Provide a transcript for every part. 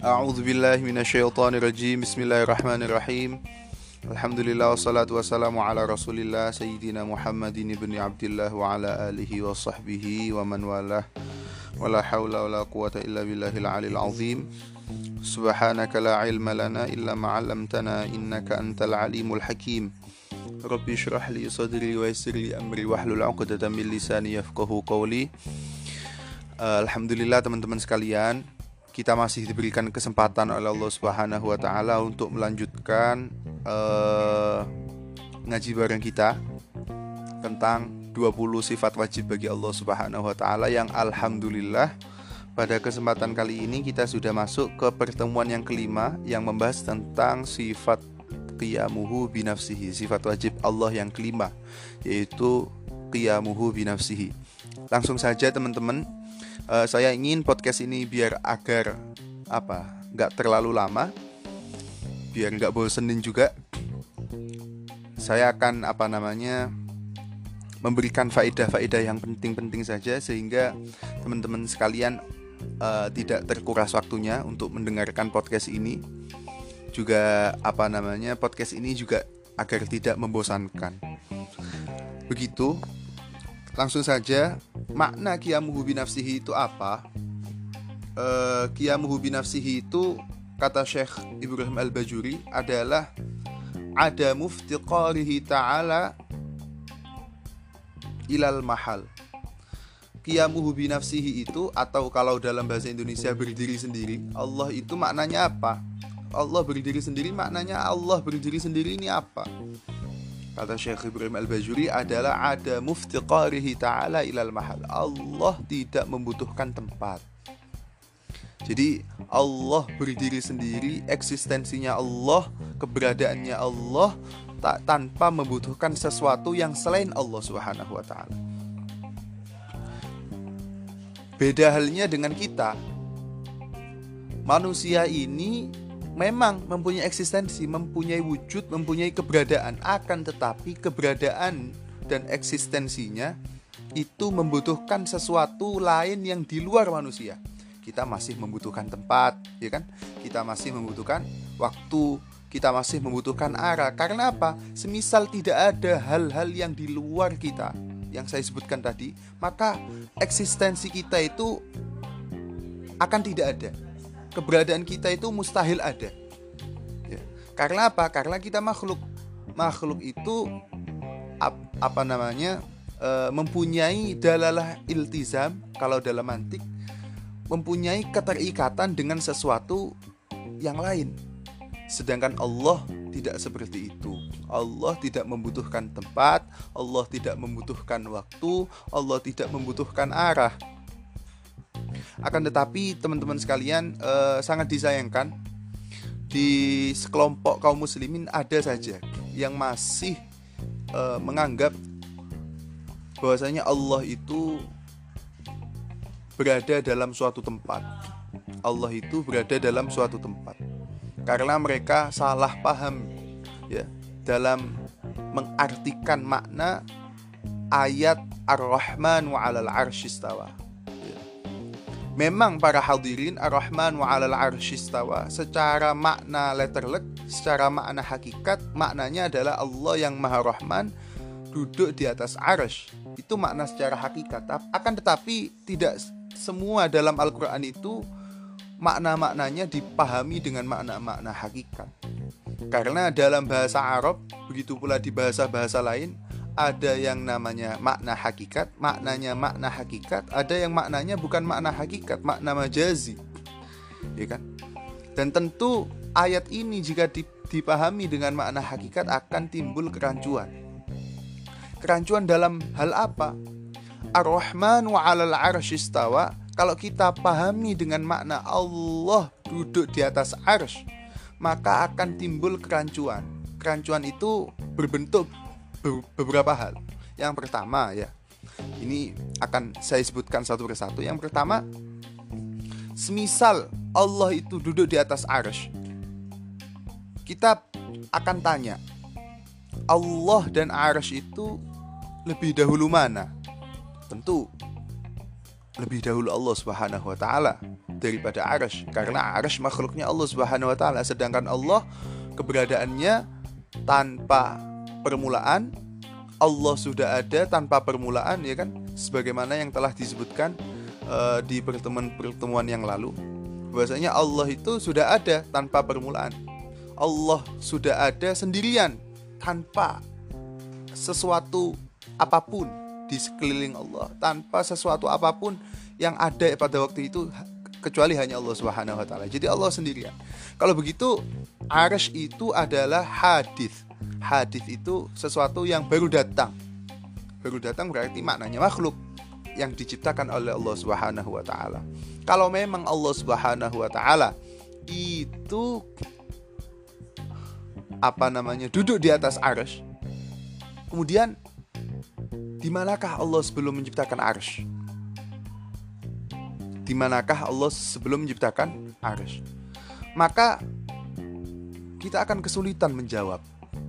A'udzu billahi minasyaitonir rajim. Bismillahirrahmanirrahim. Alhamdulillah wassalatu wassalamu ala Rasulillah sayyidina Muhammadin ibni Abdillah wa ala alihi wa sahbihi wa man walah. Wala haula wala quwata illa billahil aliyil azim. Subhanaka la ilma lana illa ma 'allamtana innaka antal alimul hakim. Rabbi shrah li sadri wa yassir li amri wahlul 'uqdatam min lisani yafqahu qawli. Alhamdulillah teman-teman sekalian, kita masih diberikan kesempatan oleh Allah Subhanahu wa taala untuk melanjutkan ngaji bareng kita tentang 20 sifat wajib bagi Allah Subhanahu wa taala yang alhamdulillah pada kesempatan kali ini kita sudah masuk ke pertemuan yang kelima yang membahas tentang sifat qiyamuhu binafsihi, sifat wajib Allah yang kelima, yaitu qiyamuhu binafsihi. Langsung saja teman-teman, saya ingin podcast ini biar agar nggak terlalu lama, biar nggak bosenin juga. Saya akan memberikan faedah-faedah yang penting-penting saja sehingga teman-teman sekalian tidak terkuras waktunya untuk mendengarkan podcast ini. Juga podcast ini juga agar tidak membosankan. Begitu. Langsung saja, makna qiyamuhu binafsihi itu apa? Qiyamuhu binafsihi itu, kata Syekh Ibrahim Al-Bajuri, adalah adamu iftiqarihi ta'ala ilal mahal. Qiyamuhu binafsihi itu, atau kalau dalam bahasa Indonesia berdiri sendiri, Allah itu maknanya apa? Allah berdiri sendiri, maknanya Allah berdiri sendiri ini apa? Kata Syekh Ibrahim Al-Bajuri adalah ada muftiqarihi ta'ala ilal mahal. Allah tidak membutuhkan tempat. Jadi Allah berdiri sendiri, eksistensinya Allah, keberadaannya Allah tanpa membutuhkan sesuatu yang selain Allah Subhanahu wa ta'ala. Beda halnya dengan kita. Manusia ini memang mempunyai eksistensi, mempunyai wujud, mempunyai keberadaan. Akan tetapi keberadaan dan eksistensinya itu membutuhkan sesuatu lain yang di luar manusia. Kita masih membutuhkan tempat, ya kan? Kita masih membutuhkan waktu, kita masih membutuhkan arah. Karena apa? Semisal tidak ada hal-hal yang di luar kita yang saya sebutkan tadi, maka eksistensi kita itu akan tidak ada. Keberadaan kita itu mustahil ada, ya. Karena apa? Karena kita makhluk. Makhluk itu mempunyai dalalah iltizam, kalau dalam mantik, mempunyai keterikatan dengan sesuatu yang lain. Sedangkan Allah tidak seperti itu. Allah tidak membutuhkan tempat, Allah tidak membutuhkan waktu, Allah tidak membutuhkan arah. Akan tetapi teman-teman sekalian, sangat disayangkan di sekelompok kaum muslimin ada saja yang masih menganggap bahwasanya Allah itu berada dalam suatu tempat. Allah itu berada dalam suatu tempat. Karena mereka salah paham, ya, dalam mengartikan makna ayat Ar-Rahman wa 'alal 'arsy istawa. Memang para hadirin, Ar-Rahman wa 'alal 'arsy istawa secara makna letterlek, secara makna hakikat, maknanya adalah Allah yang Maha Rahman duduk di atas arsy. Itu makna secara hakikat. Akan tetapi tidak semua dalam Al-Qur'an itu makna-maknanya dipahami dengan makna-makna hakikat. Karena dalam bahasa Arab, begitu pula di bahasa-bahasa lain, ada yang namanya makna hakikat, maknanya makna hakikat, ada yang maknanya bukan makna hakikat, makna majazi, ya kan? Dan tentu ayat ini jika dipahami dengan makna hakikat akan timbul kerancuan. Kerancuan dalam hal apa? Ar-Rahman wa 'alal 'arsy istawa, kalau kita pahami dengan makna Allah duduk di atas arsy, maka akan timbul kerancuan. Kerancuan itu berbentuk beberapa hal. Yang pertama, ya, ini akan saya sebutkan satu persatu. Yang pertama, semisal Allah itu duduk di atas arsy, kita akan tanya, Allah dan arsy itu lebih dahulu mana? Tentu lebih dahulu Allah Subhanahu wa taala. daripada arsy, karena arsy makhluknya Allah Subhanahu wa taala, sedangkan Allah keberadaannya tanpa permulaan. Allah sudah ada tanpa permulaan, ya kan, sebagaimana yang telah disebutkan di pertemuan-pertemuan yang lalu, bahwasanya Allah itu sudah ada tanpa permulaan. Allah sudah ada sendirian tanpa sesuatu apapun di sekeliling Allah, tanpa sesuatu apapun yang ada pada waktu itu kecuali hanya Allah Subhanahu wa taala. Jadi Allah sendirian. Kalau begitu, arsy itu adalah hadits. Hadits itu sesuatu yang baru datang. Baru datang berarti maknanya makhluk yang diciptakan oleh Allah Subhanahu wa taala. Kalau memang Allah Subhanahu wa taala itu duduk di atas arsy, kemudian di manakah Allah sebelum menciptakan arsy? Di manakah Allah sebelum menciptakan arsy? Maka kita akan kesulitan menjawab.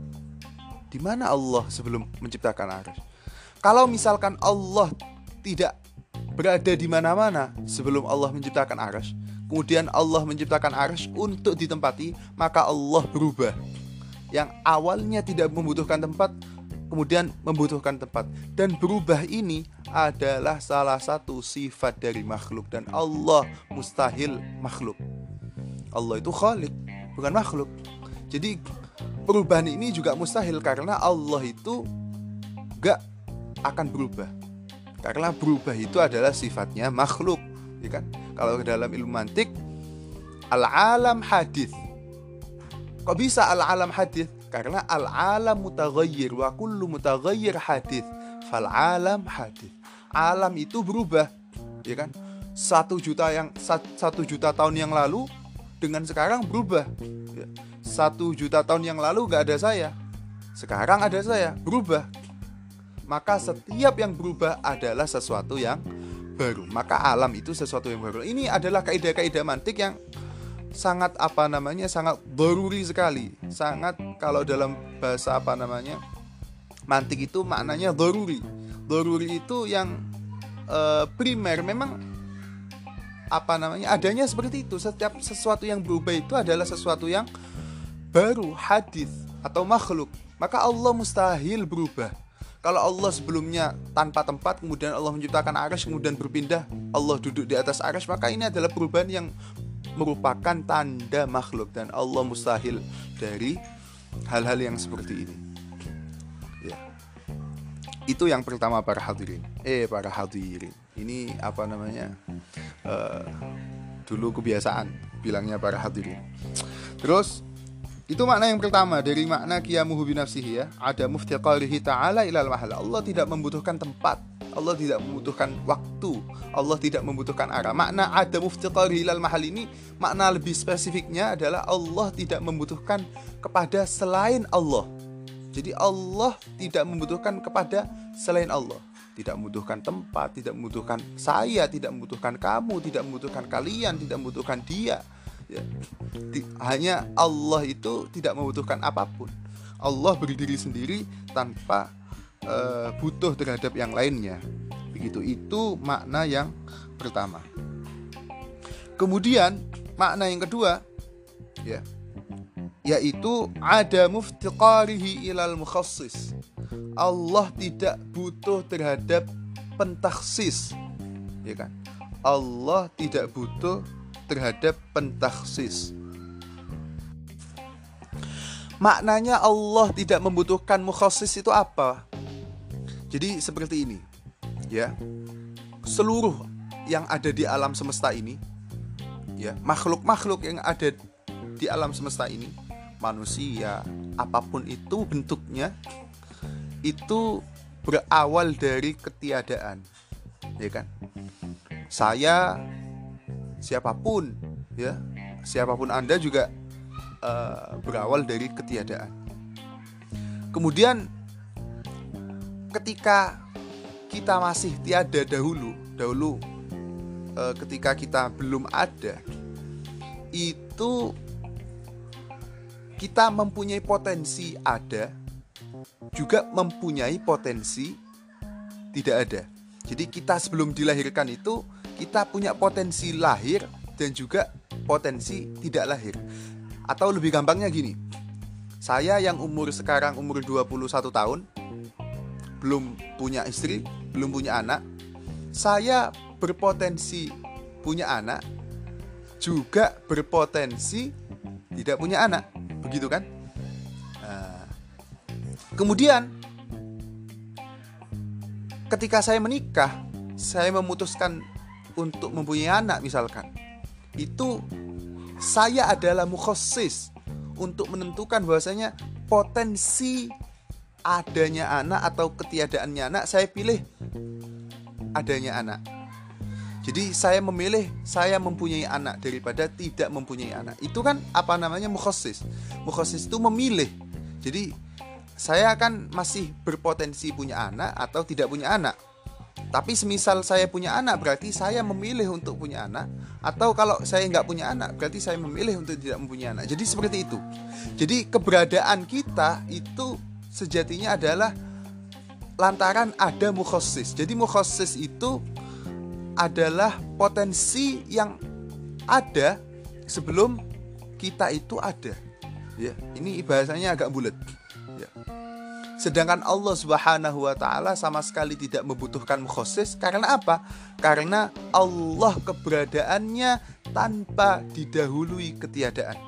Di mana Allah sebelum menciptakan arsy? Kalau misalkan Allah tidak berada di mana-mana sebelum Allah menciptakan arsy, kemudian Allah menciptakan arsy untuk ditempati, maka Allah berubah. Yang awalnya tidak membutuhkan tempat, kemudian membutuhkan tempat. Dan berubah ini adalah salah satu sifat dari makhluk, dan Allah mustahil makhluk. Allah itu khalik, bukan makhluk. Jadi perubahan ini juga mustahil, karena Allah itu gak akan berubah, karena berubah itu adalah sifatnya makhluk, ya kan? Kalau dalam ilmu mantik, al-alam hadits. Kok bisa al-alam hadits? Karena al-alam mutaghayyir wa kullu mutaghayyir hadits. Fal-alam hadits. Alam itu berubah, ya kan? 1 juta tahun yang lalu dengan sekarang berubah. 1 juta tahun yang lalu gak ada saya, sekarang ada saya, berubah. Maka setiap yang berubah adalah sesuatu yang baru. Maka alam itu sesuatu yang baru. Ini adalah kaidah-kaidah mantik yang sangat sangat daruri sekali. Sangat, kalau dalam bahasa mantik itu maknanya daruri. Daruri itu yang primer, memang adanya seperti itu. Setiap sesuatu yang berubah itu adalah sesuatu yang baru, hadits atau makhluk. Maka Allah mustahil berubah. Kalau Allah sebelumnya tanpa tempat, kemudian Allah menciptakan arsy, kemudian berpindah, Allah duduk di atas arsy, maka ini adalah perubahan yang merupakan tanda makhluk, dan Allah mustahil dari hal-hal yang seperti ini. Ya. Itu yang pertama para hadirin. Ini dulu kebiasaan bilangnya para hadirin. Terus itu makna yang pertama dari makna qiyamuhu binafsihi, ya. Ada muftiqarihi ta'ala ilal mahal. Allah tidak membutuhkan tempat, Allah tidak membutuhkan waktu, Allah tidak membutuhkan arah. Makna ada muftiqarihi ilal mahal ini, makna lebih spesifiknya adalah Allah tidak membutuhkan kepada selain Allah. Jadi Allah tidak membutuhkan kepada selain Allah. Tidak membutuhkan tempat, tidak membutuhkan saya, tidak membutuhkan kamu, tidak membutuhkan kalian, tidak membutuhkan dia. Ya. Hanya Allah itu tidak membutuhkan apapun. Allah berdiri sendiri tanpa butuh terhadap yang lainnya. Begitu, itu makna yang pertama. Kemudian makna yang kedua, ya, yaitu ada muftiqarihi ilal mukhassis. Allah tidak butuh terhadap pentakhsis, ya kan? Allah tidak butuh terhadap pentakhsis. Maknanya Allah tidak membutuhkan mukhassis itu apa? Jadi seperti ini, ya. Seluruh yang ada di alam semesta ini, ya, makhluk-makhluk yang ada di alam semesta ini, manusia, apapun itu bentuknya, itu berawal dari ketiadaan, ya kan? Saya, siapapun, ya, siapapun Anda juga berawal dari ketiadaan. Kemudian ketika kita masih tiada dahulu ketika kita belum ada, itu kita mempunyai potensi ada, juga mempunyai potensi tidak ada. Jadi kita sebelum dilahirkan itu kita punya potensi lahir, dan juga potensi tidak lahir. Atau lebih gampangnya gini, saya yang sekarang umur 21 tahun, belum punya istri, belum punya anak, saya berpotensi punya anak, juga berpotensi tidak punya anak, begitu kan? Kemudian ketika saya menikah, saya memutuskan untuk mempunyai anak misalkan, itu saya adalah mukhassis untuk menentukan bahwasanya potensi adanya anak atau ketiadaannya anak, saya pilih adanya anak. Jadi saya memilih saya mempunyai anak daripada tidak mempunyai anak. Itu kan apa namanya, mukhassis. Mukhassis itu memilih. Jadi saya kan masih berpotensi punya anak atau tidak punya anak. Tapi semisal saya punya anak, berarti saya memilih untuk punya anak. Atau kalau saya nggak punya anak, berarti saya memilih untuk tidak mempunyai anak. Jadi seperti itu. Jadi keberadaan kita itu sejatinya adalah lantaran ada mukhassis. Jadi mukhassis itu adalah potensi yang ada sebelum kita itu ada. Ya, ini bahasanya agak bulat. Ya. Sedangkan Allah Subhanahu wa taala sama sekali tidak membutuhkan mukhassis. Karena apa? Karena Allah keberadaannya tanpa didahului ketiadaan.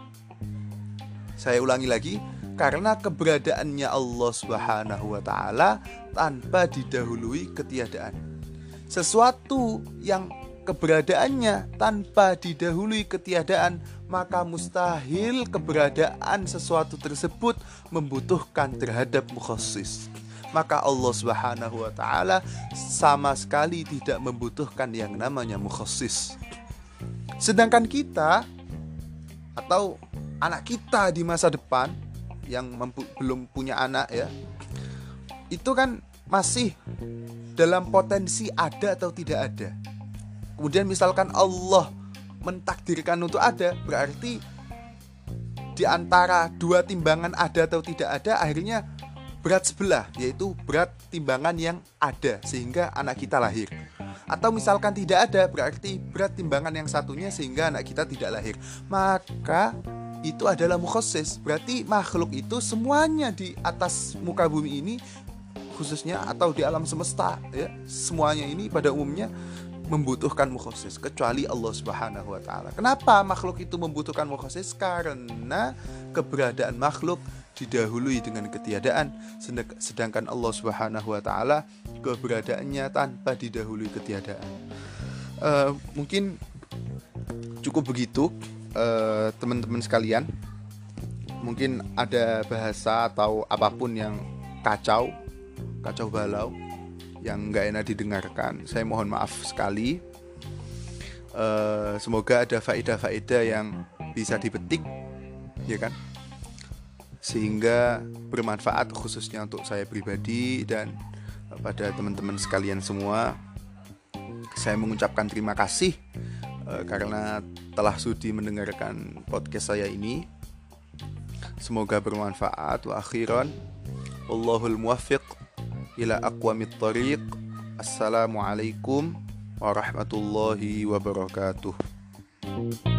Saya ulangi lagi, karena keberadaannya Allah Subhanahu wa taala tanpa didahului ketiadaan. Sesuatu yang keberadaannya tanpa didahului ketiadaan, maka mustahil keberadaan sesuatu tersebut membutuhkan terhadap mukhassis. Maka Allah Subhanahu wa taala sama sekali tidak membutuhkan yang namanya mukhassis. Sedangkan kita atau anak kita di masa depan yang belum punya anak ya, itu kan masih dalam potensi ada atau tidak ada. Kemudian misalkan Allah mentakdirkan untuk ada, berarti di antara dua timbangan ada atau tidak ada, akhirnya berat sebelah, yaitu berat timbangan yang ada sehingga anak kita lahir. Atau misalkan tidak ada, berarti berat timbangan yang satunya sehingga anak kita tidak lahir. Maka itu adalah mukhassis. Berarti makhluk itu semuanya di atas muka bumi ini khususnya atau di alam semesta ya, semuanya ini pada umumnya membutuhkan mukhassis kecuali Allah Subhanahu wa taala. Kenapa makhluk itu membutuhkan mukhassis? Karena keberadaan makhluk didahului dengan ketiadaan, sedangkan Allah Subhanahu wa taala keberadaannya tanpa didahului ketiadaan. Mungkin cukup begitu teman-teman sekalian. Mungkin ada bahasa atau apapun yang kacau balau yang nggak enak didengarkan, saya mohon maaf sekali. Semoga ada faedah-faedah yang bisa dipetik, ya kan, sehingga bermanfaat khususnya untuk saya pribadi dan pada teman-teman sekalian semua. Saya mengucapkan terima kasih karena telah sudi mendengarkan podcast saya ini. Semoga bermanfaat. Wa akhiran, wallahul muwaffiq ila aqwamit thariq. Assalamualaikum warahmatullahi wabarakatuh.